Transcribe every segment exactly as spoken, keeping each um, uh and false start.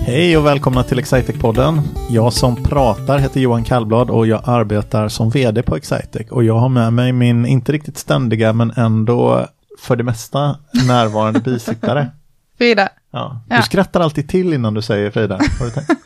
Hej och välkomna till Excitec-podden. Jag som pratar heter Johan Kallblad och jag arbetar som vd på Excitec. Och jag har med mig min inte riktigt ständiga men ändå för det mesta närvarande bisittare. Frida. Ja. Du ja. skrattar alltid till innan du säger Frida. Har du tänkt?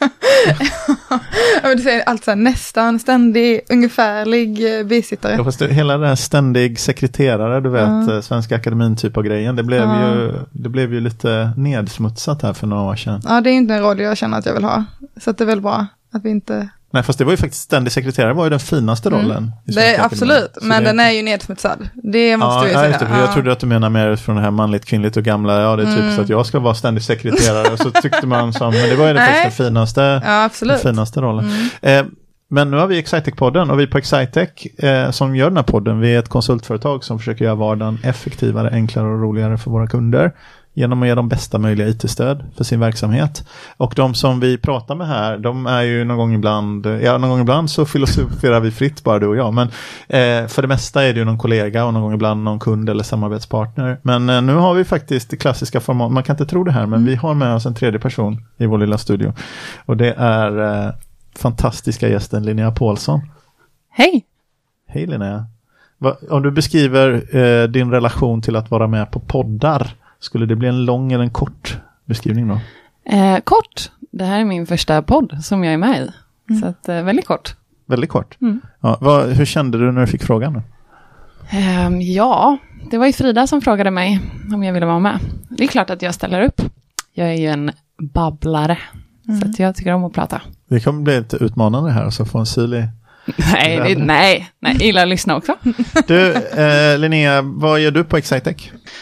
Ja, men du säger alltså nästan ständig, ungefärlig eh, bisittare. Ja, fast det, hela den här ständig sekreterare, du vet, mm. Svenska Akademin typ av grejen, det blev, mm. ju, det blev ju lite nedsmutsat här för några år sedan. Ja, det är inte en roll jag känner att jag vill ha. Så att det är väl bra att vi inte... Nej, fast det var ju faktiskt ständig sekreterare var ju den finaste rollen. Mm. I det är absolut, men det... den är ju nedsmutsad. Det måste ja, vi säga. Ja, jag trodde att du menar mer från det här manligt, kvinnligt och gamla. Ja, det är typ mm. så att jag ska vara ständig sekreterare. Och så tyckte man som, men det var ju den, faktiskt den finaste, ja, absolut. Den finaste rollen. Mm. Eh, men nu har vi Excitec-podden och vi på Excitec eh, som gör den här podden. Vi är ett konsultföretag som försöker göra vardagen effektivare, enklare och roligare för våra kunder. Genom att ge dem bästa möjliga I T-stöd för sin verksamhet. Och de som vi pratar med här, de är ju någon gång ibland, ja någon gång ibland så filosoferar vi fritt bara du och jag. Men eh, för det mesta är det ju någon kollega och någon gång ibland någon kund eller samarbetspartner. Men eh, nu har vi faktiskt det klassiska format, man kan inte tro det här, men mm. vi har med oss en tredje person i vår lilla studio. Och det är eh, fantastiska gästen Linnea Paulsson. Hej! Hej Linnea. Va, om du beskriver eh, din relation till att vara med på poddar, skulle det bli en lång eller en kort beskrivning då? Eh, kort. Det här är min första podd som jag är med i. Mm. Så att, eh, väldigt kort. Väldigt kort? Mm. Ja, vad, hur kände du när du fick frågan? Då? Eh, ja, det var ju Frida som frågade mig om jag ville vara med. Det är klart att jag ställer upp. Jag är ju en babblare. Mm. Så att jag tycker om att prata. Det kommer bli lite utmanande här så få en sylig... nej, det, nej, nej, gillar att lyssna också. Du, eh, Linnea, vad gör du på Excitec?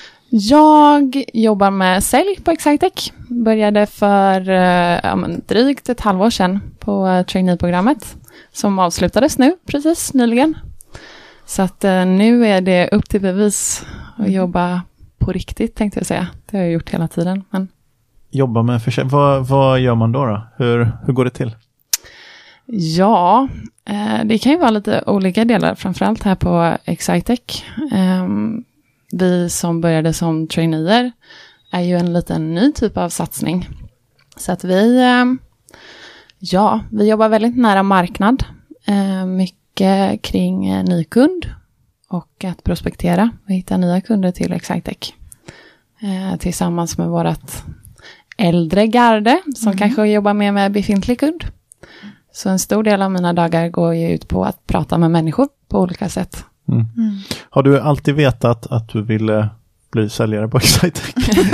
Jag jobbar med sälj på Excitec. Började för eh, ja, men drygt ett halvår sedan på eh, trainee-programmet som avslutades nu, precis nyligen. Så att eh, nu är det upp till bevis att jobba på riktigt, tänkte jag säga. Det har jag gjort hela tiden. Men... Jobba med försäljning. Vad, vad gör man då? då? Hur, hur går det till? Ja, eh, det kan ju vara lite olika delar, framförallt här på Excitec. Eh, Vi som började som traineer är ju en liten ny typ av satsning. Så att vi, ja, vi jobbar väldigt nära marknad. Mycket kring ny kund och att prospektera och hitta nya kunder till Excitec. Tillsammans med vårt äldre garde som mm. kanske jobbar mer med befintlig kund. Så en stor del av mina dagar går ju ut på att prata med människor på olika sätt. Mm. Mm. Har du alltid vetat att du ville bli säljare på Excitec?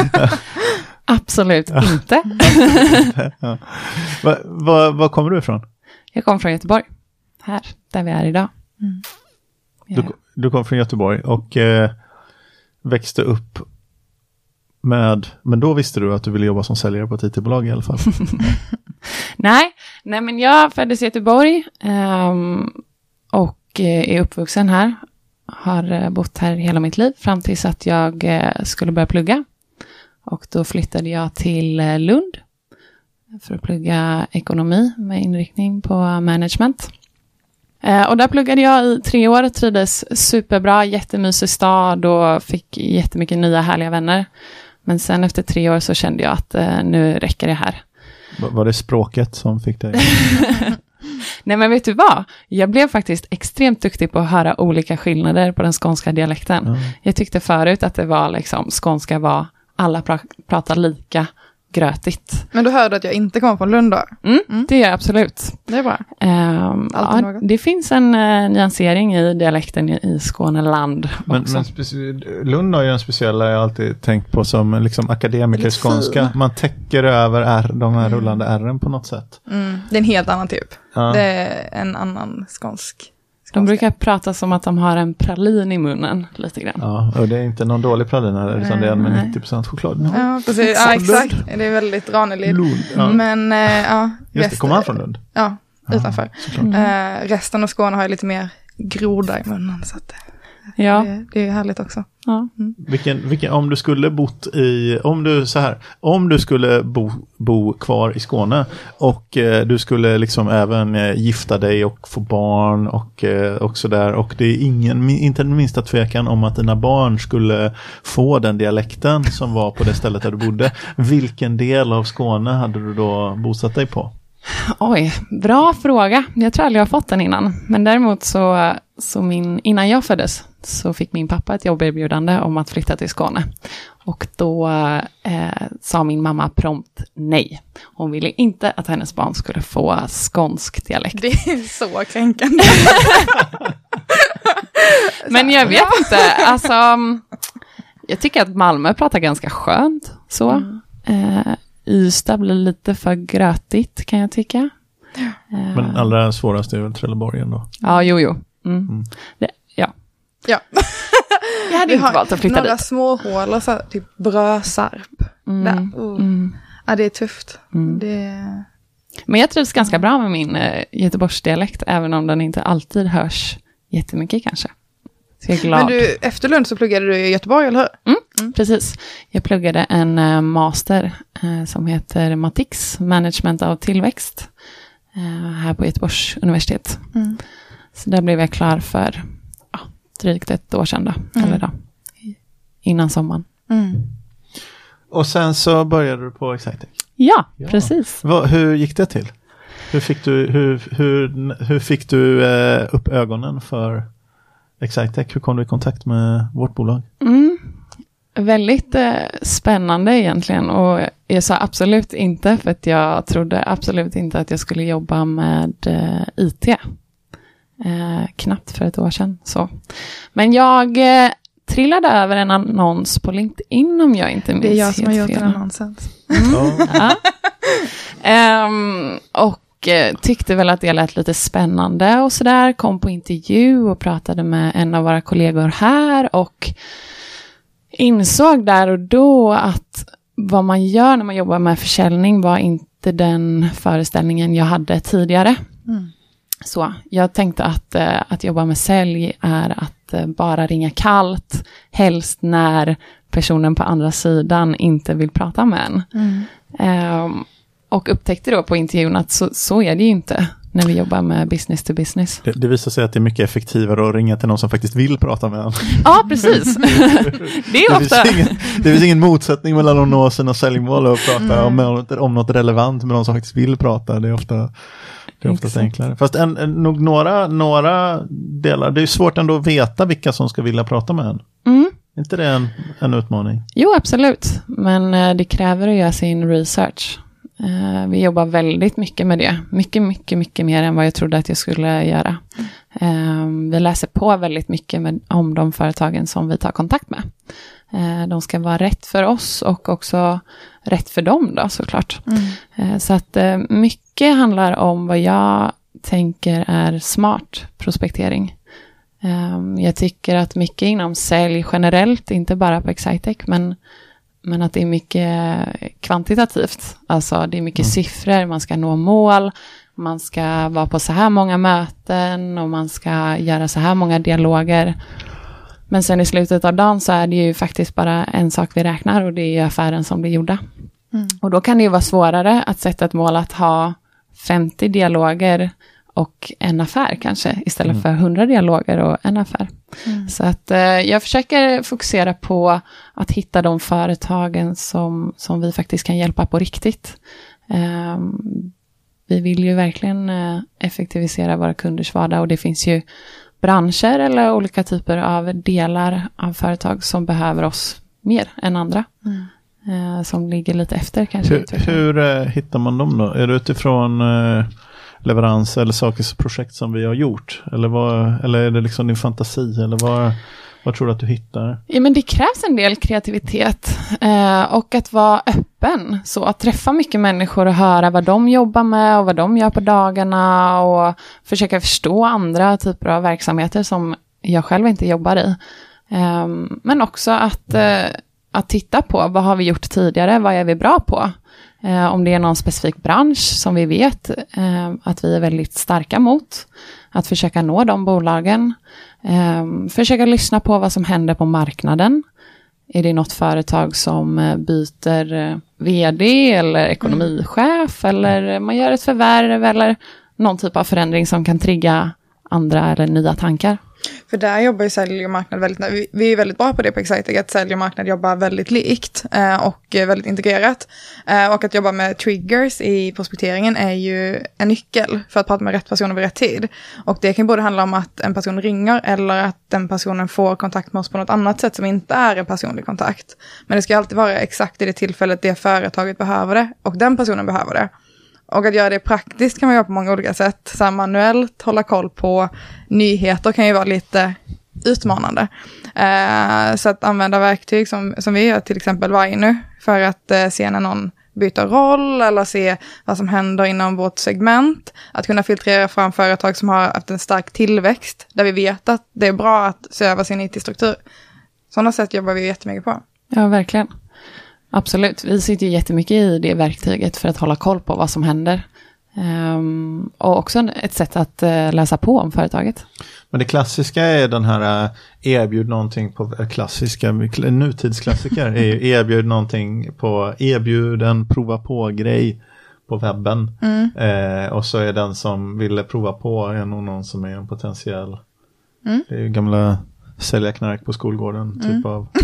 Absolut ja. inte. ja. Var, var, var kommer du ifrån? Jag kommer från Göteborg. Här, där vi är idag. Mm. Du, du kom från Göteborg och eh, växte upp med, men då visste du att du ville jobba som säljare på ett I T-bolag i alla fall. nej, nej, men jag föddes i Göteborg um, och är uppvuxen här. Har bott här hela mitt liv fram tills att jag skulle börja plugga. Och då flyttade jag till Lund för att plugga ekonomi med inriktning på management. Och där pluggade jag i tre år, trivdes superbra, jättemysig stad och fick jättemycket nya härliga vänner. Men sen efter tre år så kände jag att nu räcker det här. Var det språket som fick dig? Nej, men vet du vad? Jag blev faktiskt extremt duktig på att höra olika skillnader på den skånska dialekten. Mm. Jag tyckte förut att det var liksom, skånska var, alla pra- pratar lika grötigt. Men du hörde att jag inte kommer från Lund då? Mm, mm. Det gör jag absolut. Det är bra. Um, ja, det finns en uh, nyansering i dialekten i, i Skåneland men, också. Men speci- Lund har ju en speciell, jag har alltid tänkt på som liksom akademikerskånska. Man täcker över R, de här mm. rullande R:en på något sätt. Mm. Det är en helt annan typ. Ja. Det är en annan skånsk. De brukar prata som att de har en pralin i munnen lite grann. Ja, och det är inte någon dålig pralin här, utan det är en med nittio procent choklad. No. Ja, precis. Ja, exakt. Det är väldigt Ranelid. Lund, ja. Men, äh, ja. Just det, kommer han från Lund? Ja, utanför. Ja, äh, resten av Skåne har ju lite mer groda i munnen. Så att, Ja. Det, det är härligt också. Ja. Mm. Vilken, vilken, om du skulle bott i, om du så här, om du skulle bo, bo kvar i Skåne och eh, du skulle liksom även eh, gifta dig och få barn och, eh, och sådär, och det är ingen, inte den minsta tvekan om att dina barn skulle få den dialekten som var på det stället där du bodde. Vilken del av Skåne hade du då bosatt dig på? Oj, bra fråga. Jag tror aldrig jag har fått den innan. Men däremot så, så min, innan jag föddes så fick min pappa ett jobberbjudande om att flytta till Skåne. Och då eh, sa min mamma prompt nej. Hon ville inte att hennes barn skulle få skånsk dialekt. Det är så kränkande. Men jag vet inte, alltså jag tycker att Malmö pratar ganska skönt så. Mm. Eh, Ystad blir lite för grötigt kan jag tycka. Men allra svårast är väl Trelleborg ändå. Ja, jo, jo. Mm. Mm. Det, ja. Ja. Jag hade inte valt att flytta några dit. små hål och så typ Brösarp. Mm. Där. Oh. Mm. Ja, det är tufft. Mm. Det... Men jag trivs ganska bra med min eh, Göteborgsdialekt, även om den inte alltid hörs jättemycket kanske. Så jag är glad. Men du, efter Lund så pluggade du i Göteborg, eller hur? Mm, mm. Precis. Jag pluggade en uh, master uh, som heter Matix, Management av tillväxt, uh, här på Göteborgs universitet. Mm. Så där blev jag klar för ja, drygt ett år sedan då, mm. eller då, innan sommaren. Mm. Och sen så började du på Excitec. Ja, ja. Precis. Va, hur gick det till? Hur fick du, hur, hur, hur fick du uh, upp ögonen för Excitec? Hur kom du i kontakt med vårt bolag? Mm. Väldigt eh, spännande egentligen, och jag sa absolut inte, för att jag trodde absolut inte att jag skulle jobba med eh, I T. Eh, knappt för ett år sedan. Så. Men jag eh, trillade över en annons på LinkedIn, om jag inte minns. Det är jag som har gjort fel. den annonsen. Mm. Ja. um, och tyckte väl att det lät lite spännande och sådär. Kom på intervju och pratade med en av våra kollegor här och insåg där och då att vad man gör när man jobbar med försäljning var inte den föreställningen jag hade tidigare. Mm. Så jag tänkte att, att jobba med sälj är att bara ringa kallt, helst när personen på andra sidan inte vill prata med en. Mm. Um, Och upptäckte då på intervjun att så, så är det ju inte när vi jobbar med business to business. Det, det visar sig att det är mycket effektivare att ringa till någon som faktiskt vill prata med en. Ja, precis. det är det ofta... Finns ingen, det finns ingen motsättning mellan att nå sina säljmål och prata mm. om, om något relevant med någon som faktiskt vill prata. Det är ofta det är oftast enklare. Fast en, en, nog några, några delar, det är svårt ändå att veta vilka som ska vilja prata med en. Mm. Är inte det en, en utmaning? Jo, absolut. Men det kräver att göra sin research. Uh, vi jobbar väldigt mycket med det. Mycket, mycket, mycket mer än vad jag trodde att jag skulle göra. Uh, vi läser på väldigt mycket med, om de företagen som vi tar kontakt med. Uh, de ska vara rätt för oss och också rätt för dem då, såklart. Mm. Uh, så att uh, mycket handlar om vad jag tänker är smart prospektering. Uh, jag tycker att mycket inom sälj generellt, inte bara på Excitec, men Men att det är mycket kvantitativt. Alltså det är mycket mm. siffror, man ska nå mål, man ska vara på så här många möten och man ska göra så här många dialoger. Men sen i slutet av dagen så är det ju faktiskt bara en sak vi räknar, och det är affären som blir gjorda. Mm. Och då kan det ju vara svårare att sätta ett mål att ha femtio dialoger och en affär kanske, istället mm. för hundra dialoger och en affär. Mm. Så att eh, jag försöker fokusera på att hitta de företagen som, som vi faktiskt kan hjälpa på riktigt. Eh, vi vill ju verkligen eh, effektivisera våra kunders vardag, och det finns ju branscher eller olika typer av delar av företag som behöver oss mer än andra. Mm. Eh, som ligger lite efter kanske. Hur, hur eh, hittar man dem då? Är det utifrån... Eh... leverans eller saker, projekt som vi har gjort? Eller, vad, eller är det liksom din fantasi? Eller vad, vad tror du att du hittar? Ja, men det krävs en del kreativitet eh, och att vara öppen. Så att träffa mycket människor och höra vad de jobbar med och vad de gör på dagarna, och försöka förstå andra typer av verksamheter som jag själv inte jobbar i. Eh, men också att, eh, att titta på vad har vi gjort tidigare, vad är vi bra på? Eh, om det är någon specifik bransch som vi vet eh, att vi är väldigt starka mot. att försöka nå de bolagen. Eh, försöka lyssna på vad som händer på marknaden. Är det något företag som byter vd eller ekonomichef mm. eller man gör ett förvärv eller någon typ av förändring som kan trigga andra eller nya tankar? För där jobbar ju sälj och marknad väldigt, vi, vi är väldigt bra på det på Excitec, att sälj och marknad jobbar väldigt likt eh, och väldigt integrerat. Eh, och att jobba med triggers i prospekteringen är ju en nyckel för att prata med rätt person vid rätt tid. Och det kan både handla om att en person ringer eller att den personen får kontakt med oss på något annat sätt som inte är en personlig kontakt. Men det ska alltid vara exakt i det tillfället det företaget behöver det och den personen behöver det. Och att göra det praktiskt kan man göra på många olika sätt. Så här manuellt, hålla koll på nyheter kan ju vara lite utmanande. Eh, så att använda verktyg som, som vi gör, till exempel Vainu, för att eh, se när någon byter roll eller se vad som händer inom vårt segment. Att kunna filtrera fram företag som har haft en stark tillväxt, där vi vet att det är bra att se över sin I T-struktur. Sådana sätt jobbar vi jättemycket på. Ja, verkligen. Absolut, vi sitter ju jättemycket i det verktyget för att hålla koll på vad som händer. Um, och också ett sätt att uh, läsa på om företaget. Men det klassiska är den här uh, erbjud någonting på uh, klassiska, nutidsklassiker är ju erbjud någonting på erbjud en prova på grej på webben. Mm. Eh, och så är den som ville prova på är nog någon som är en potentiell. Mm. Det är ju gamla sälja knark på skolgården typ mm. av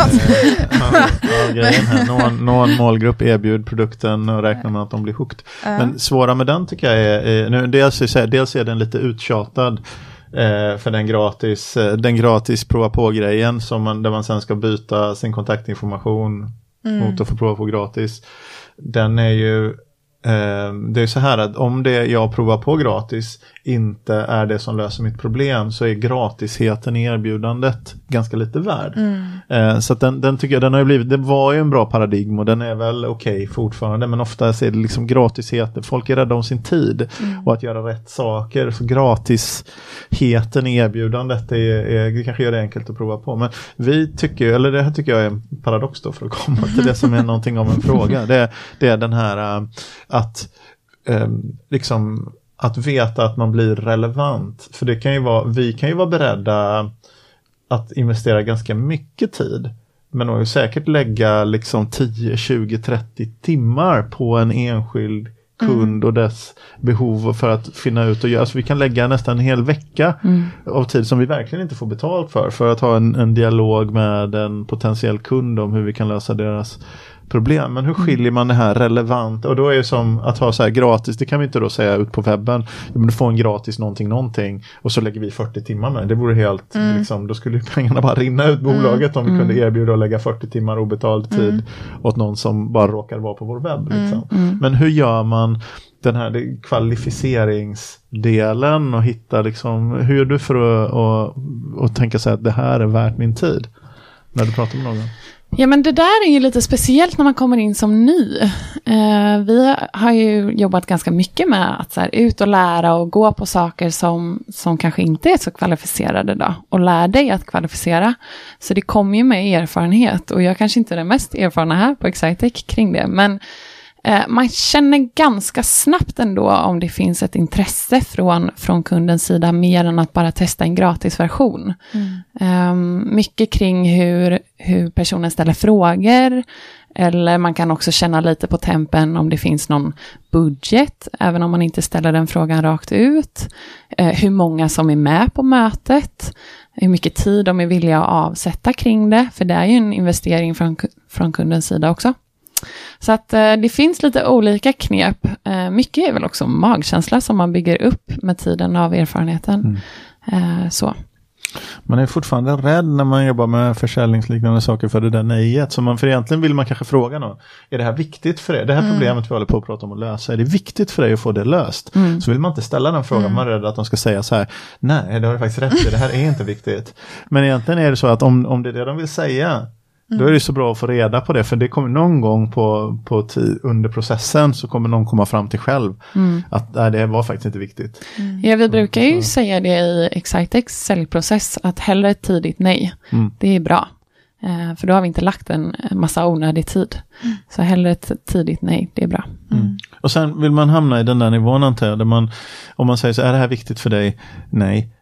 eh, av grejen här. Någon, någon målgrupp erbjud produkten och räknar med att de blir hooked. Uh. Men svåra med den tycker jag är, är nu, dels, är dels är den lite uttjatad eh, för den gratis den gratis prova på grejen som man, där man sen ska byta sin kontaktinformation mm. mot att få prova på gratis. Den är ju det är så här att om det jag provar på gratis inte är det som löser mitt problem så är gratisheten i erbjudandet ganska lite värd. Mm. Så att den, den tycker jag den har ju blivit, det var ju en bra paradigm och den är väl okej okay fortfarande, men ofta är det liksom gratisheten, folk är rädda om sin tid mm. och att göra rätt saker, så gratisheten i erbjudandet är, är, det kanske gör det enkelt att prova på, men vi tycker, eller det här tycker jag är en paradox då för att komma till det som är någonting av en fråga, det, det är den här att eh, liksom att veta att man blir relevant, för det kan ju vara, vi kan ju vara beredda att investera ganska mycket tid, men nog säkert lägga liksom tio, tjugo, trettio timmar på en enskild kund mm. och dess behov för att finna ut och göra, alltså vi kan lägga nästan en hel vecka mm. av tid som vi verkligen inte får betalt för, för att ha en, en dialog med en potentiell kund om hur vi kan lösa deras problem. Men hur skiljer man det här relevant? Och då är det som att ha så här gratis, det kan vi inte då säga ut på webben. Men du får en gratis någonting, någonting. Och så lägger vi fyrtio timmar med. Det vore helt, mm. liksom, då skulle pengarna bara rinna ut bolaget mm. om vi kunde erbjuda att lägga fyrtio timmar obetald tid mm. åt någon som bara råkar vara på vår webb. Liksom. Mm. Mm. Men hur gör man den här kvalificeringsdelen och hitta liksom, hur gör du för att och, och tänka sig att det här är värt min tid när du pratar med någon? Ja, men det där är ju lite speciellt när man kommer in som ny. Eh, vi har ju jobbat ganska mycket med att så här, ut och lära och gå på saker som, som kanske inte är så kvalificerade då. Och lär dig att kvalificera. Så det kommer ju med erfarenhet. Och jag kanske inte är den mest erfarna här på Excitec kring det. Men eh, man känner ganska snabbt ändå om det finns ett intresse från, från kundens sida mer än att bara testa en gratisversion. Mm. Eh, mycket kring hur, hur personen ställer frågor. Eller man kan också känna lite på tempen om det finns någon budget, även om man inte ställer den frågan rakt ut. Eh, hur många som är med på mötet. Hur mycket tid de är villiga att avsätta kring det. För det är ju en investering från, från kundens sida också. Så att eh, det finns lite olika knep. Eh, mycket är väl också magkänsla som man bygger upp med tiden av erfarenheten. Mm. Eh, så. Man är fortfarande rädd när man jobbar med försäljningsliknande saker för det där nejet. Så man, för egentligen vill man kanske fråga någon, är det här viktigt för dig? Det här mm. problemet vi håller på att prata om att lösa, är det viktigt för dig att få det löst? Mm. Så vill man inte ställa den frågan, mm. man är rädd att de ska säga så här, nej, det har du faktiskt rätt i, det här är inte viktigt. Men egentligen är det så att om, om det är det de vill säga, då är det så bra att få reda på det, för det kommer någon gång på, på t- under processen så kommer någon komma fram till själv mm. att nej, det var faktiskt inte viktigt. Mm. Ja, vi brukar ju så. säga det i Excitecs säljprocess, att hellre tidigt nej. Mm. Det är bra. Eh, för då har vi inte lagt en massa onödig tid. Mm. Så hellre ett tidigt nej, det är bra. Mm. Och sen vill man hamna i den där nivån antar jag, där man, om man säger så är det här viktigt för dig? Nej.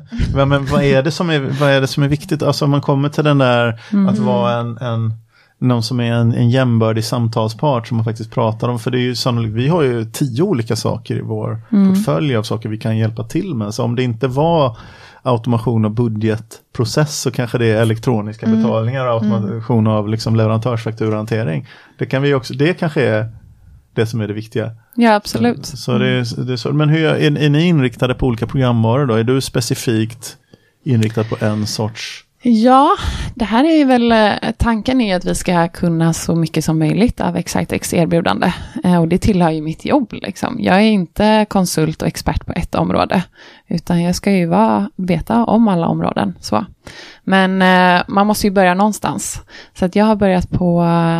Men vad är det som är, vad är det som är viktigt? Alltså om man kommer till den där mm. att vara en, en någon som är en, en jämbördig samtalspart som man faktiskt pratar om. För det är ju sannolikt, vi har ju tio olika saker i vår mm. portfölj av saker vi kan hjälpa till med. Så om det inte var automation och budgetprocess så kanske det är elektroniska mm. betalningar och automation av liksom leverantörsfakturahantering. Det kan vi också, det kanske är det som är det viktiga. Ja, absolut. Så, så det, är, det är så. Men hur är, är ni inriktade på olika programvaror då? Är du specifikt inriktad på en sorts? Ja, det här är väl, tanken är att vi ska kunna så mycket som möjligt av Excitex erbjudande. Och det tillhör ju mitt jobb liksom. Jag är inte konsult och expert på ett område. Utan jag ska ju vara, veta om alla områden. Så. Men eh, man måste ju börja någonstans. Så att jag har börjat på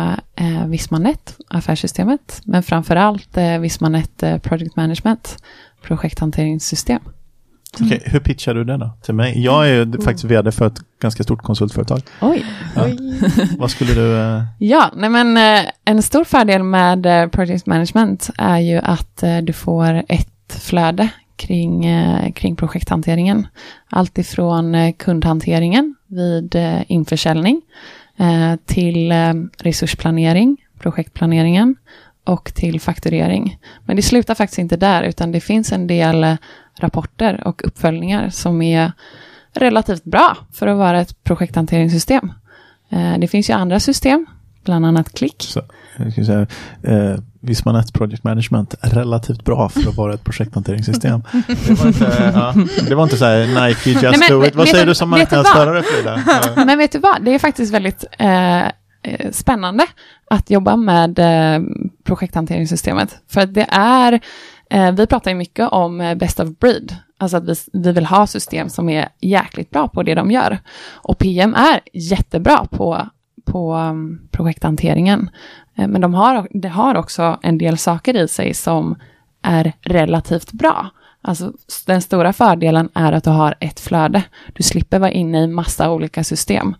eh, Vismanet, affärssystemet. Men framförallt eh, Vismanet eh, Project Management, projekthanteringssystem. Okej, okay, hur pitchar du det då till mig? Jag är ju mm. faktiskt vd för ett ganska stort konsultföretag. Oj. Ja. Oj. Vad skulle du... Uh... Ja, nej men uh, en stor fördel med uh, Project Management är ju att uh, du får ett flöde kring, uh, kring projekthanteringen. Allt ifrån uh, kundhanteringen vid uh, införsäljning uh, till uh, resursplanering, projektplaneringen och till fakturering. Men det slutar faktiskt inte där utan det finns en del uh, rapporter och uppföljningar som är relativt bra för att vara ett projekthanteringssystem. Eh, det finns ju andra system, bland annat Klick. Så, jag ska säga, eh, Vismanet Project Management är relativt bra för att vara ett projekthanteringssystem. Det var inte, ja, det var inte så här Nike, just Nej, men, do it. Vad säger du, du som marknadsförare för det? Men vet du vad? Det är faktiskt väldigt eh, spännande att jobba med eh, projekthanteringssystemet. För att det är vi pratar ju mycket om best of breed. Alltså att vi, vi vill ha system som är jäkligt bra på det de gör. Och P M är jättebra på, på um, projekthanteringen. Men de har, det har också en del saker i sig som är relativt bra. Alltså den stora fördelen är att du har ett flöde. Du slipper vara inne i massa olika system.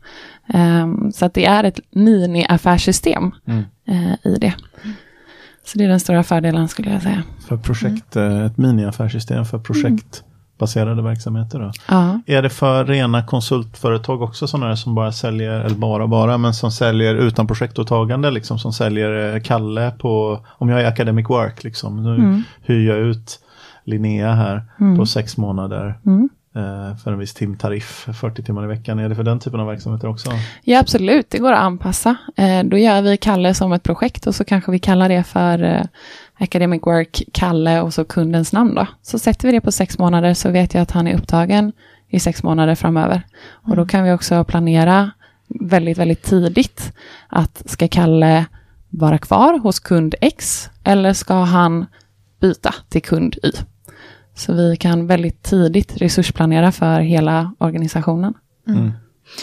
Um, så att det är ett mini-affärssystem mm. uh, i det. Så det är den stora fördelen skulle jag säga. För projekt, mm. ett mini-affärssystem för projektbaserade mm. verksamheter då. Ja. Är det för rena konsultföretag också sådana där som bara säljer, eller bara bara, men som säljer utan projektåtagande liksom, som säljer Kalle på, om jag är Academic Work liksom, nu mm. hyr jag ut Linnea här mm. på sex månader. Mm. För en viss timtariff, fyrtio timmar i veckan. Är det för den typen av verksamheter också? Ja, absolut. Det går att anpassa. Då gör vi Kalle som ett projekt och så kanske vi kallar det för Academic Work Kalle och så kundens namn då. Så sätter vi det på sex månader så vet jag att han är upptagen i sex månader framöver. Mm. Och då kan vi också planera väldigt, väldigt tidigt att ska Kalle vara kvar hos kund X eller ska han byta till kund Y? Så vi kan väldigt tidigt resursplanera för hela organisationen. Mm. Mm.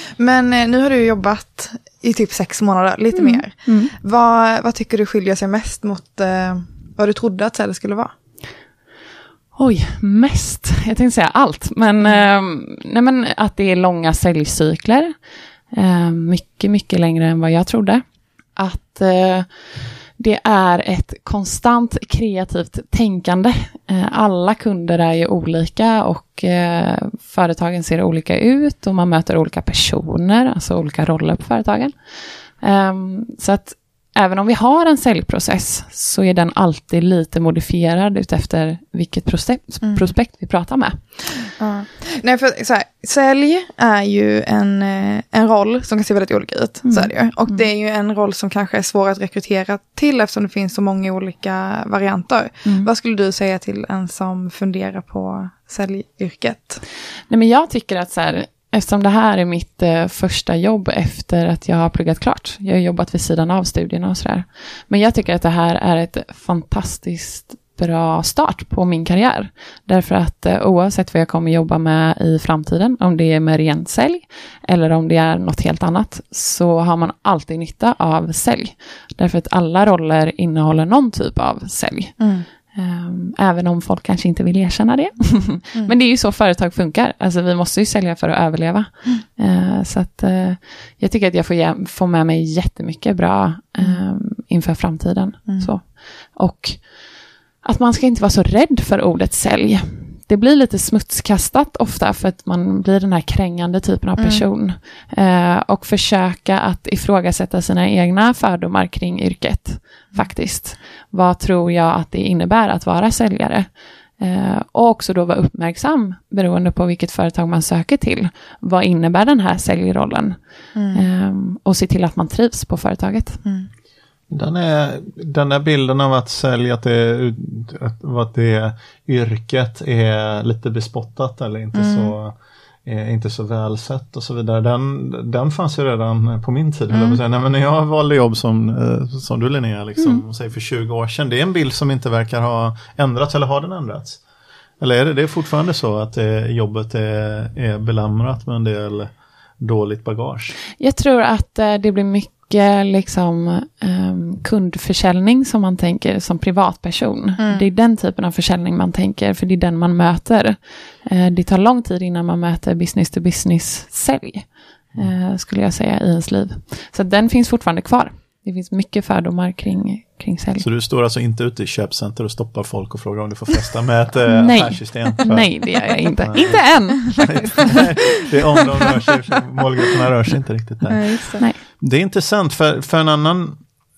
Men nu har du jobbat i typ sex månader, lite mm. mer. Mm. Vad, vad tycker du skiljer sig mest mot eh, vad du trodde att det skulle vara? Oj, mest. Jag tänkte säga allt. Men, eh, nej, men att det är långa säljcykler. Eh, mycket, mycket längre än vad jag trodde. Att... Eh, Det är ett konstant kreativt tänkande. Alla kunder är ju olika och företagen ser olika ut och man möter olika personer, alltså olika roller på företagen. Så att även om vi har en säljprocess så är den alltid lite modifierad utefter vilket prospekt, mm. prospekt vi pratar med. Ja. Nej, för så här, sälj är ju en, en roll som kan se väldigt olika ut. Mm. Så är det ju. Och mm. det är ju en roll som kanske är svår att rekrytera till eftersom det finns så många olika varianter. Mm. Vad skulle du säga till en som funderar på säljyrket? Nej, men jag tycker att så här, eftersom det här är mitt eh, första jobb efter att jag har pluggat klart. Jag har jobbat vid sidan av studierna och sådär. Men jag tycker att det här är ett fantastiskt bra start på min karriär. Därför att eh, oavsett vad jag kommer jobba med i framtiden, om det är med ren sälj eller om det är något helt annat, så har man alltid nytta av sälj. Därför att alla roller innehåller någon typ av sälj. Mm. Um, även om folk kanske inte vill erkänna det. mm. Men det är ju så företag funkar. Alltså vi måste ju sälja för att överleva. Mm. Uh, så att uh, jag tycker att jag får, ge, får med mig jättemycket bra um, inför framtiden. Mm. Så. Och att man ska inte vara så rädd för ordet sälj. Det blir lite smutskastat ofta för att man blir den här krängande typen av person. Mm. Uh, och försöka att ifrågasätta sina egna fördomar kring yrket. Mm. Faktiskt. Vad tror jag att det innebär att vara säljare? Uh, och också då vara uppmärksam beroende på vilket företag man söker till. Vad innebär den här säljrollen? Mm. Um, och se till att man trivs på företaget. Mm. Den, är, den där bilden av att sälja, att det, att, att det yrket är lite bespottat eller inte, mm. så, är inte så välsett och så vidare. Den, den fanns ju redan på min tid. Mm. Nej, men när jag valde jobb som, som du Linnea, liksom, mm. säg för tjugo år sedan, det är en bild som inte verkar ha ändrats, eller har den ändrats? Eller är det, det är fortfarande så att det, jobbet är, är belamrat med en del dåligt bagage? Jag tror att det blir mycket liksom um, kundförsäljning som man tänker som privatperson. Mm. Det är den typen av försäljning man tänker, för det är den man möter. Uh, det tar lång tid innan man möter business to business sälj, uh, skulle jag säga, i ens liv. Så den finns fortfarande kvar. Det finns mycket fördomar kring, kring sälj. Så du står alltså inte ute i köpcenter och stoppar folk och frågar om du får festa med ett äh, affärssystem? För... Nej, det gör jag inte. Nej. Inte än, faktiskt. Nej, det är om de rör sig, målgrupperna rör sig inte riktigt där. Nej, Nej. Det är intressant, för, för en annan...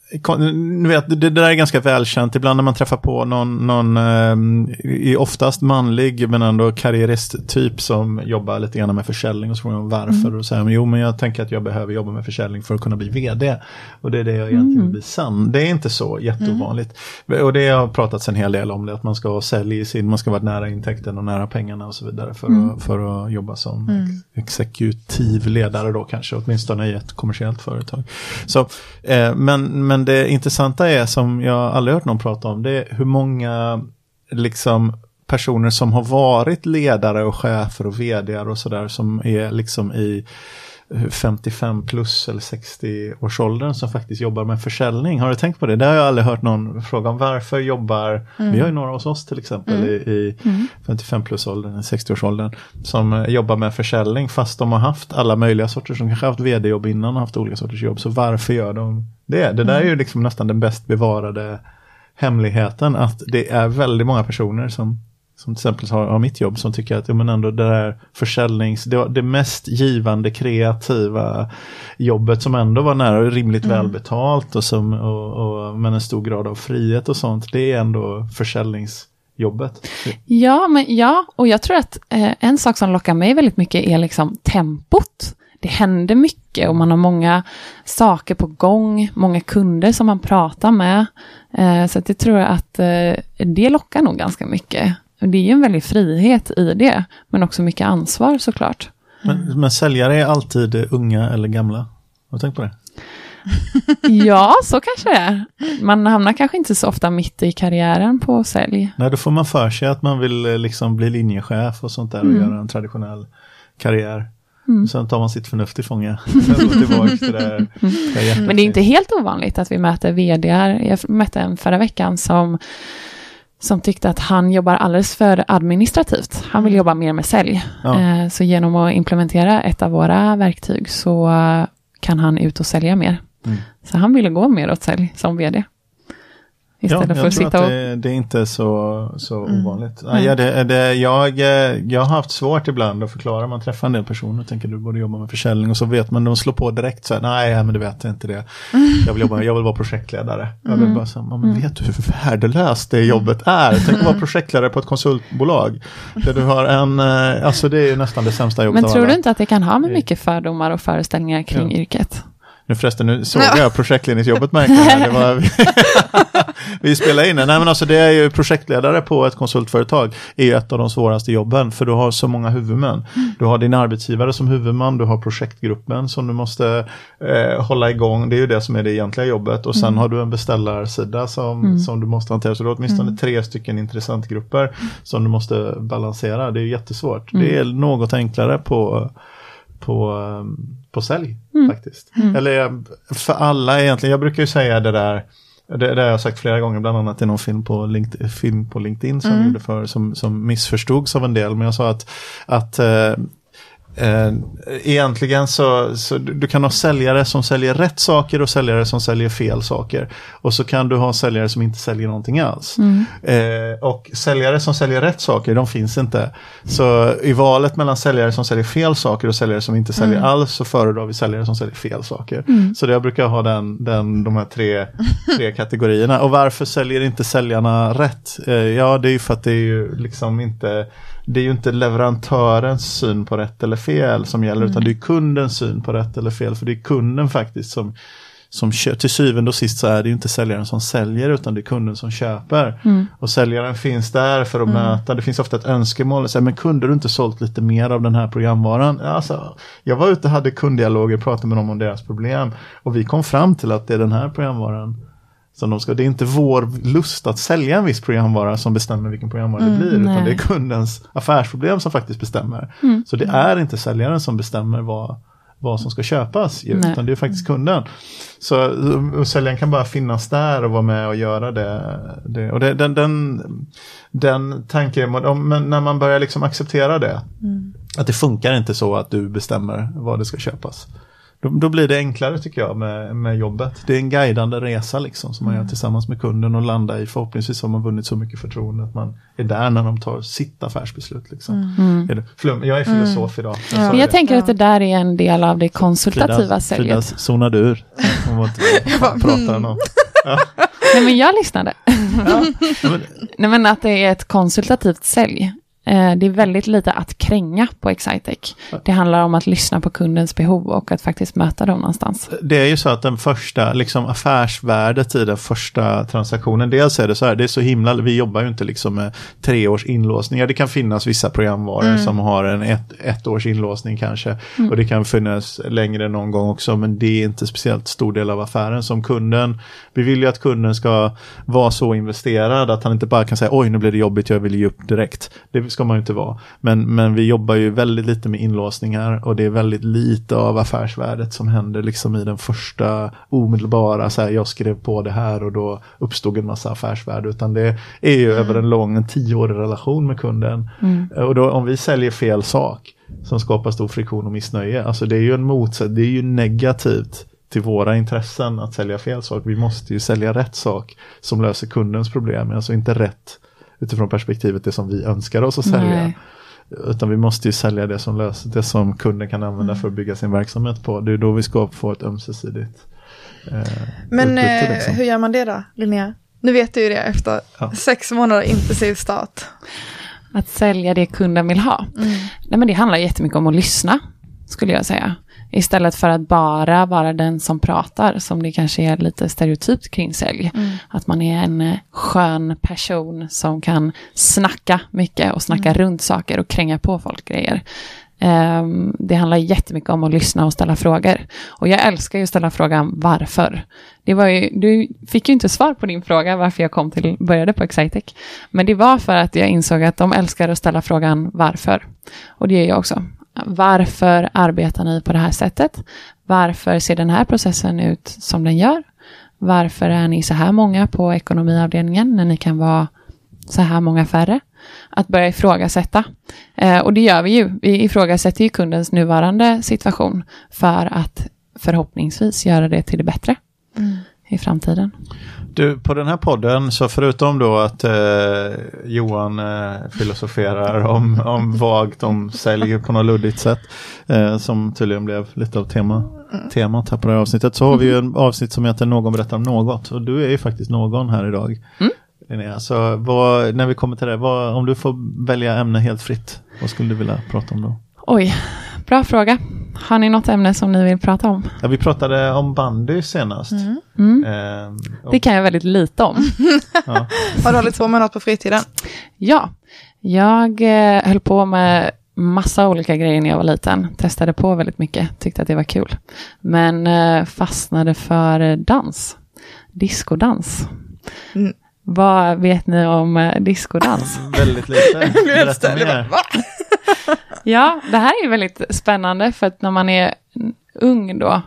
Nu vet, det, det där är ganska välkänt. Ibland när man träffar på någon, någon eh, oftast manlig men ändå karriärist-typ som jobbar lite grann med försäljning, och så frågar man varför, mm. och säger jo men jag tänker att jag behöver jobba med försäljning för att kunna bli vd, och det är det jag egentligen vill bli sann. Det är inte så jätteovanligt, mm. och det har pratats en hel del om det, att man ska ha sälj i sin, man ska vara nära intäkten och nära pengarna och så vidare för, mm. att, för att jobba som mm. exekutivledare då kanske, åtminstone i ett kommersiellt företag. Så, eh, men, men det intressanta är, som jag aldrig hört någon prata om, det är hur många liksom personer som har varit ledare och chefer och vd:ar och sådär, som är liksom i femtiofem plus eller sextio-årsåldern som faktiskt jobbar med försäljning. Har du tänkt på det? Det har jag aldrig hört någon fråga om. Varför jobbar, mm. vi har ju några hos oss till exempel mm. i, i mm. femtiofem plus-åldern, sextio-årsåldern, som jobbar med försäljning fast de har haft alla möjliga sorter, som kanske haft vd-jobb innan och haft olika sorters jobb. Så varför gör de det? Det där mm. är ju liksom nästan den bäst bevarade hemligheten, att det är väldigt många personer som som till exempel har, har mitt jobb, som tycker att ja, men ändå det där försäljnings, det, det mest givande kreativa jobbet, som ändå var nära och rimligt mm. välbetalt och, som, och, och med en stor grad av frihet och sånt, det är ändå försäljningsjobbet. Ja, men ja, och jag tror att eh, en sak som lockar mig väldigt mycket är liksom tempot. Det händer mycket och man har många saker på gång, många kunder som man pratar med. Eh, så att jag tror att eh, det lockar nog ganska mycket. Det är ju en väldig frihet i det, men också mycket ansvar såklart. Men, men säljare är alltid unga eller gamla? Har du tänkt på det? Ja, så kanske det är. Man hamnar kanske inte så ofta mitt i karriären på sälj. Nej, då får man för sig att man vill liksom bli linjechef och sånt där och mm. göra en traditionell karriär. Mm. Sen tar man sitt förnuft i fånga. Mm. Men det är inte helt ovanligt att vi möter vd:ar. Jag mötte en förra veckan som som tyckte att han jobbar alldeles för administrativt. Han vill jobba mer med sälj. Ja. Så genom att implementera ett av våra verktyg så kan han ut och sälja mer. Mm. Så han ville gå mer åt sälj som vd. Istället ja, jag för att tror sitta att det, och... det är inte så, så mm. ovanligt. Mm. Ja, det, det, jag, jag har haft svårt ibland att förklara. Man träffar en del personer och tänker du borde jobba med försäljning, och så vet man, de slår på direkt så här, nej men det vet jag inte det. Jag vill, jobba, jag vill vara projektledare. Mm. Jag vill bara säga, men vet du hur värdelöst det jobbet är? Tänk att vara projektledare på ett konsultbolag. Där du har en, alltså det är ju nästan det sämsta jobbet. Men tror du inte att det kan ha med mycket fördomar och föreställningar kring ja. yrket? Nu förresten, nu såg jag projektledningsjobbet märkte det var vi spelar in det. Nej men alltså det är ju projektledare på ett konsultföretag är ju ett av de svåraste jobben, för du har så många huvudmän. Du har din arbetsgivare som huvudman, du har projektgruppen som du måste eh, hålla igång. Det är ju det som är det egentliga jobbet, och sen mm. har du en beställarsida som, mm. som du måste hantera. Så du har åtminstone mm. tre stycken intressantgrupper som du måste balansera. Det är ju jättesvårt. Mm. Det är något enklare på på på sälj mm. faktiskt. Mm. Eller för alla egentligen. Jag brukar ju säga det där Det, det har jag sagt flera gånger, bland annat i någon film på LinkedIn, film på LinkedIn som, mm. gjorde för, som, som missförstods av en del. Men jag sa att, att eh, Eh, egentligen så, så du, du kan ha säljare som säljer rätt saker och säljare som säljer fel saker, och så kan du ha säljare som inte säljer någonting alls. mm. eh, och säljare som säljer rätt saker, de finns inte. Så i valet mellan säljare som säljer fel saker och säljare som inte säljer mm. alls, så föredrar vi säljare som säljer fel saker. mm. Så det jag brukar ha den, den, de här tre, tre kategorierna. Och varför säljer inte säljarna rätt? Eh, ja, det är ju för att det är ju liksom inte det är ju inte leverantörens syn på rätt eller fel som gäller, mm. utan det är kundens syn på rätt eller fel. För det är kunden faktiskt som, som kö- till syvende och sist så är det ju inte säljaren som säljer, utan det är kunden som köper. Mm. Och säljaren finns där för att mm. möta. Det finns ofta ett önskemål. Så här, men kunde du inte sålt lite mer av den här programvaran? Alltså, jag var ute och hade kunddialoger, pratade med dem om deras problem. Och vi kom fram till att det är den här programvaran som de ska. Det är inte vår lust att sälja en viss programvara som bestämmer vilken programvara mm, det blir, nej. Utan det är kundens affärsproblem som faktiskt bestämmer. Mm. Så det är inte säljaren som bestämmer vad, vad som ska köpas, utan det är faktiskt kunden. Så och säljaren kan bara finnas där och vara med och göra det. det. Och det, den, den, den tanken, men när man börjar liksom acceptera det, mm. att det funkar inte så att du bestämmer vad det ska köpas. Då, då blir det enklare, tycker jag, med, med jobbet. Det är en guidande resa liksom, som man mm. gör tillsammans med kunden och landar i. Förhoppningsvis har man vunnit så mycket förtroende att man är där när de tar sitt affärsbeslut. Liksom. Mm. Är det, flum, jag är filosof mm. idag. Jag, ja. jag tänker ja. att det där är en del av det konsultativa Frida, säljet. Frida zonade ur. Hon var inte prata någon. Ja. Nej, men jag lyssnade. Ja. Nej, men att det är ett konsultativt sälj. Det är väldigt lite att kränga på Excitec. Det handlar om att lyssna på kundens behov och att faktiskt möta dem någonstans. Det är ju så att den första liksom affärsvärdet i den första transaktionen, dels är det så här, det är så himla, vi jobbar ju inte liksom med tre års inlåsningar. Det kan finnas vissa programvaror mm. som har en ett, ett års inlåsning kanske. Mm. Och det kan finnas längre någon gång också, men det är inte speciellt stor del av affären. Som kunden, vi vill ju att kunden ska vara så investerad att han inte bara kan säga, oj nu blir det jobbigt, jag vill ge upp direkt. Det ska man ju inte vara. Men, men vi jobbar ju väldigt lite med inlåsningar, och det är väldigt lite av affärsvärdet som händer liksom i den första omedelbara, så här, jag skrev på det här och då uppstod en massa affärsvärde, utan det är ju mm. över en lång, en tioårig relation med kunden. Mm. Och då om vi säljer fel sak som skapar stor friktion och missnöje, alltså det är ju en motsätt, det är ju negativt till våra intressen att sälja fel sak. Vi måste ju sälja rätt sak som löser kundens problem, alltså inte rätt utifrån perspektivet det som vi önskar oss att sälja. Nej. Utan vi måste ju sälja det som löser, det som kunden kan använda mm. för att bygga sin verksamhet på. Det är då vi ska få ett ömsesidigt eh, Men eh, liksom. Hur gör man det då, Linnea? Nu vet du ju det efter ja. sex månader intensiv start. Att sälja det kunden vill ha. Mm. Nej, men det handlar jättemycket om att lyssna, skulle jag säga. Istället för att bara vara den som pratar, som det kanske är lite stereotypt kring sälj. Mm. Att man är en skön person som kan snacka mycket och snacka mm. runt saker och kränga på folk grejer. Um, det handlar jättemycket om att lyssna och ställa frågor. Och jag älskar ju att ställa frågan varför. Det var ju, du fick ju inte svar på din fråga varför jag kom till, började på Excitec. Men det var för att jag insåg att de älskar att ställa frågan varför. Och det gör jag också. Varför arbetar ni på det här sättet? Varför ser den här processen ut som den gör? Varför är ni så här många på ekonomiavdelningen när ni kan vara så här många färre? Att börja ifrågasätta. Eh, och det gör vi ju. Vi ifrågasätter ju kundens nuvarande situation för att förhoppningsvis göra det till det bättre mm. i framtiden. Du, på den här podden, så förutom då att eh, Johan eh, filosoferar om, om vagt om sälj på något luddigt sätt, eh, som tydligen blev lite av tema, temat här på det här avsnittet, så har vi ju en avsnitt som heter Någon berättar om något, och du är ju faktiskt någon här idag. Mm. Linnea. Så vad, när vi kommer till det, vad, om du får välja ämne helt fritt, vad skulle du vilja prata om då? Oj, bra fråga. Har ni något ämne som ni vill prata om? Ja, vi pratade om bandy senast. Mm. Mm. Eh, och... Det kan jag väldigt lite om. Ja. Har du hållit på med något på fritiden? Ja, jag eh, höll på med massa olika grejer när jag var liten. Testade på väldigt mycket, tyckte att det var kul. Men eh, fastnade för dans. Diskodans. Mm. Vad vet ni om eh, diskodans? Väldigt lite. Berätta mer. Ja, det här är väldigt spännande, för att när man är ung då,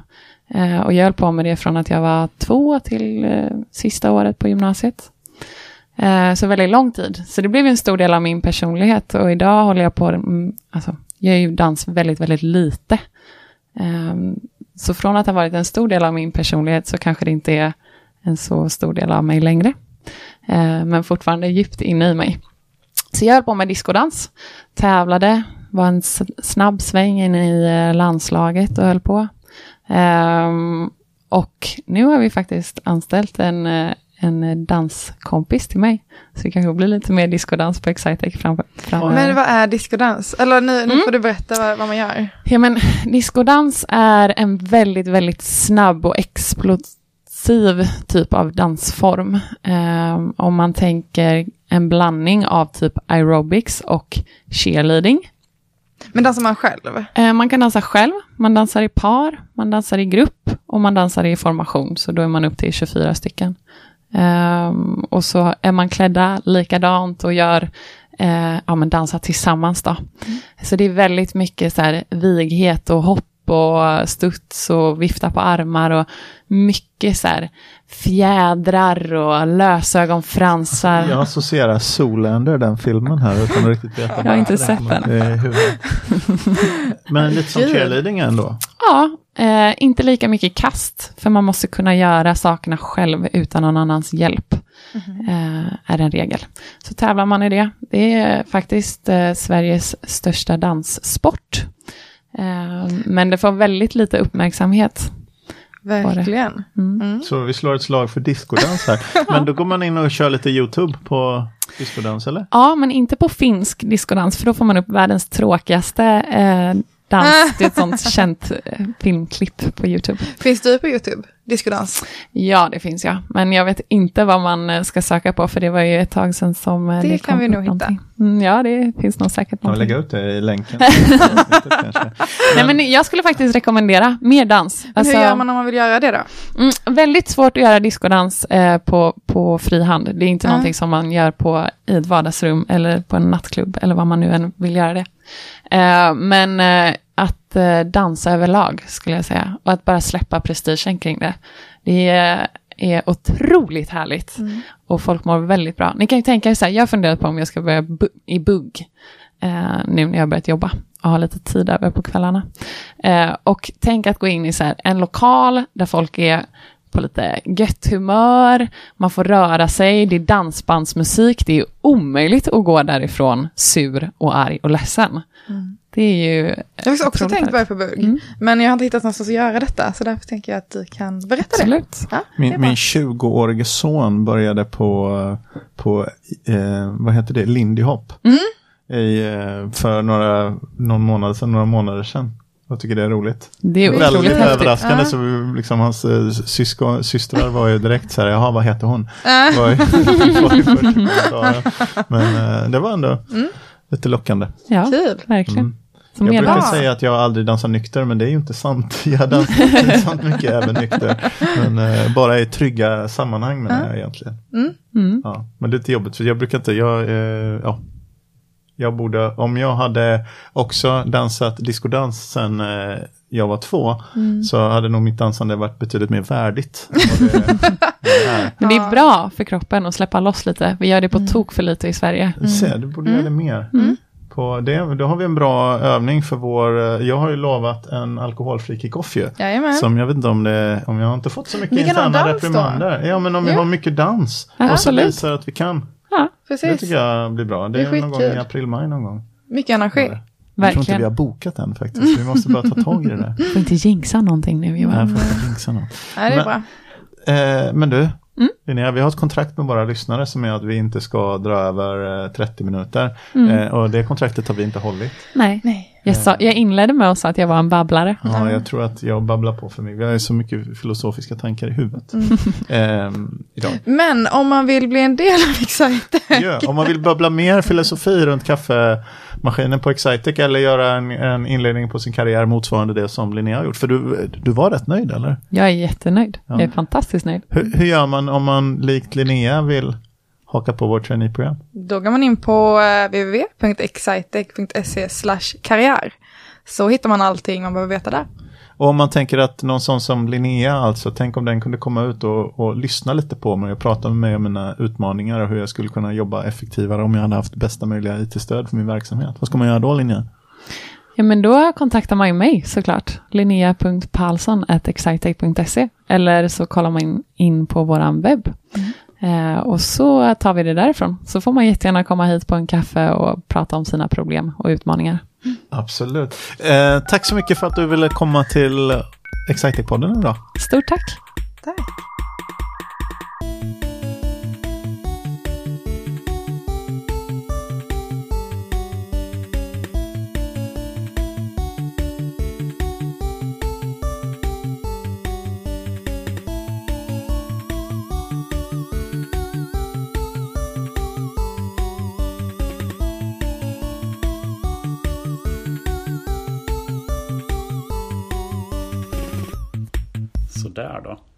Eh, och jag höll på med det från att jag var två till eh, sista året på gymnasiet. Eh, så väldigt lång tid. Så det blev en stor del av min personlighet. Och idag håller jag på, mm, alltså, jag är ju dans väldigt, väldigt lite. Eh, så från att ha varit en stor del av min personlighet så kanske det inte är en så stor del av mig längre. Eh, men fortfarande djupt inne i mig. Så jag höll på med diskodans. Tävlade, var en snabb sväng in i landslaget och höll på. Eh, och nu har vi faktiskt anställt en, en danskompis till mig. Så det kanske blir lite mer diskodans på Excitec framför. Fram men vad är diskodans? Eller nu, nu mm. får du berätta vad, vad man gör. Ja, men diskodans är en väldigt, väldigt snabb och explosiv typ av dansform. Um, om man tänker en blandning av typ aerobics och cheerleading. Men dansar man själv? Uh, man kan dansa själv, man dansar i par, man dansar i grupp och man dansar i formation. Så då är man upp till tjugofyra stycken. Um, och så är man klädda likadant och gör uh, ja, men dansar tillsammans då. Mm. Så det är väldigt mycket så här vighet och hopp och studs och vifta på armar och mycket så här fjädrar och lösögonfransar. Jag associerar Zoolander, den filmen här, utan att riktigt veta. Jag har inte sett den. Men lite som cheerleading ändå. Ja, eh, inte lika mycket kast, för man måste kunna göra sakerna själv utan någon annans hjälp. Mm-hmm. eh, är en regel. Så tävlar man i det. Det är faktiskt eh, Sveriges största danssport. Eh, men det får väldigt lite uppmärksamhet. Verkligen. Mm. Mm. Så vi slår ett slag för diskodans här. Men då går man in och kör lite YouTube på diskodans, eller? Ja, men inte på finsk diskodans, för då får man upp världens tråkigaste eh, dans. Det är ett sånt känt eh, filmklipp på YouTube. Finns du på YouTube? Diskodans? Ja, det finns jag. Men jag vet inte vad man ska söka på, för det var ju ett tag sedan som det, det kan vi nog hitta. Mm, ja, det finns nog säkert någonting. Jag lägga ut det i länken. men... Nej, men jag skulle faktiskt rekommendera mer dans. Alltså, hur gör man om man vill göra det då? Mm, väldigt svårt att göra diskodans eh, på, på fri hand. Det är inte mm. någonting som man gör på i ett vardagsrum eller på en nattklubb eller vad man nu än vill göra det. Eh, men eh, att eh, dansa överlag skulle jag säga. Och att bara släppa prestigen kring det. Det är, är otroligt härligt. Mm. Och folk mår väldigt bra. Ni kan ju tänka er så här, jag har funderat på om jag ska börja bu- i bugg. Eh, nu när jag har börjat jobba. Och ha lite tid över på kvällarna. Eh, och tänk att gå in i så här, en lokal där folk är på lite gött humör. Man får röra sig. Det är dansbandsmusik. Det är omöjligt att gå därifrån sur och arg och ledsen. Mm. Det är ju... Jag har också tänkt börja på bugg. Mm. Men jag har inte hittat någonstans att göra detta. Så därför tänker jag att du kan berätta Absolut. det. Ja, min, min tjugoårige son började på, på eh, vad heter det? Lindy Hop. Mm. I, för några, någon månad sedan, några månader sedan. Jag tycker det är roligt. Det är väldigt roligt överraskande. Ja. Så vi, liksom, hans uh, syskon, systrar var ju direkt så här, jaha, vad heter hon? Äh. Var ju, var ju först, men uh, det var ändå mm. lite lockande. Ja, kul. Verkligen. Mm. Jag brukar bra. säga att jag aldrig dansar nykter, men det är ju inte sant. Jag dansar sant mycket även nykter. Men uh, bara i trygga sammanhang med mm. det egentligen. Mm. Mm. Ja, men det är lite jobbigt, för jag brukar inte, jag, uh, ja. Jag borde, om jag hade också dansat diskodans sen eh, jag var två, mm. så hade nog mitt dansande varit betydligt mer värdigt. Det, det Men det är bra för kroppen att släppa loss lite. Vi gör det på mm. tok för lite i Sverige. Mm. Se, du borde mm. göra det mer. Mm. På det, då har vi en bra övning för vår, jag har ju lovat en alkoholfri kick-off ju. Jajamän. Som jag vet inte om det, om jag har inte fått så mycket interna reprimander. Ja, men om vi ja. har mycket dans. Ja, och så visar att vi kan. Ja, precis. Det tycker jag blir bra. Det, det är, är någon gång i april-maj någon gång. Mycket energi. Jag Verkligen. tror inte vi har bokat den faktiskt. Vi måste bara ta tag i det där. Du får inte jinxa någonting nu, Johan. Nej, jag får inte jinxa något. Nej, det är men, bra. Eh, men du, mm? Linnea, vi har ett kontrakt med våra lyssnare som är att vi inte ska dra över eh, trettio minuter. Mm. Eh, och det kontraktet har vi inte hållit. Nej, Nej. Jag, sa, jag inledde med att säga att jag var en babblare. Ja, mm. jag tror att jag babblar på för mig. Vi har ju så mycket filosofiska tankar i huvudet. Mm. eh, idag. Men om man vill bli en del av Excitec. Ja, om man vill babbla mer filosofi runt kaffemaskinen på Excitec eller göra en, en inledning på sin karriär motsvarande det som Linnea har gjort. För du, du var rätt nöjd, eller? Jag är jättenöjd. Ja. Jag är fantastiskt nöjd. Hur, hur gör man om man likt Linnea vill haka på vårt traineeprogram? Då går man in på w w w punkt excitec punkt se slash karriär. Så hittar man allting man behöver veta där. Och om man tänker att någon sån som Linnea, alltså, tänk om den kunde komma ut och, och lyssna lite på mig och prata med mig om mina utmaningar och hur jag skulle kunna jobba effektivare om jag hade haft bästa möjliga I T-stöd för min verksamhet. Vad ska man göra då, Linnea? Ja, men då kontaktar man ju mig såklart. linnea punkt palsson at excitec punkt se eller så kollar man in på våran webb. Mm. Eh, och så tar vi det därifrån. Så får man jättegärna komma hit på en kaffe och prata om sina problem och utmaningar. Mm. Absolut. Eh, tack så mycket för att du ville komma till Excitec-podden idag. Stort tack. Tack. Där då.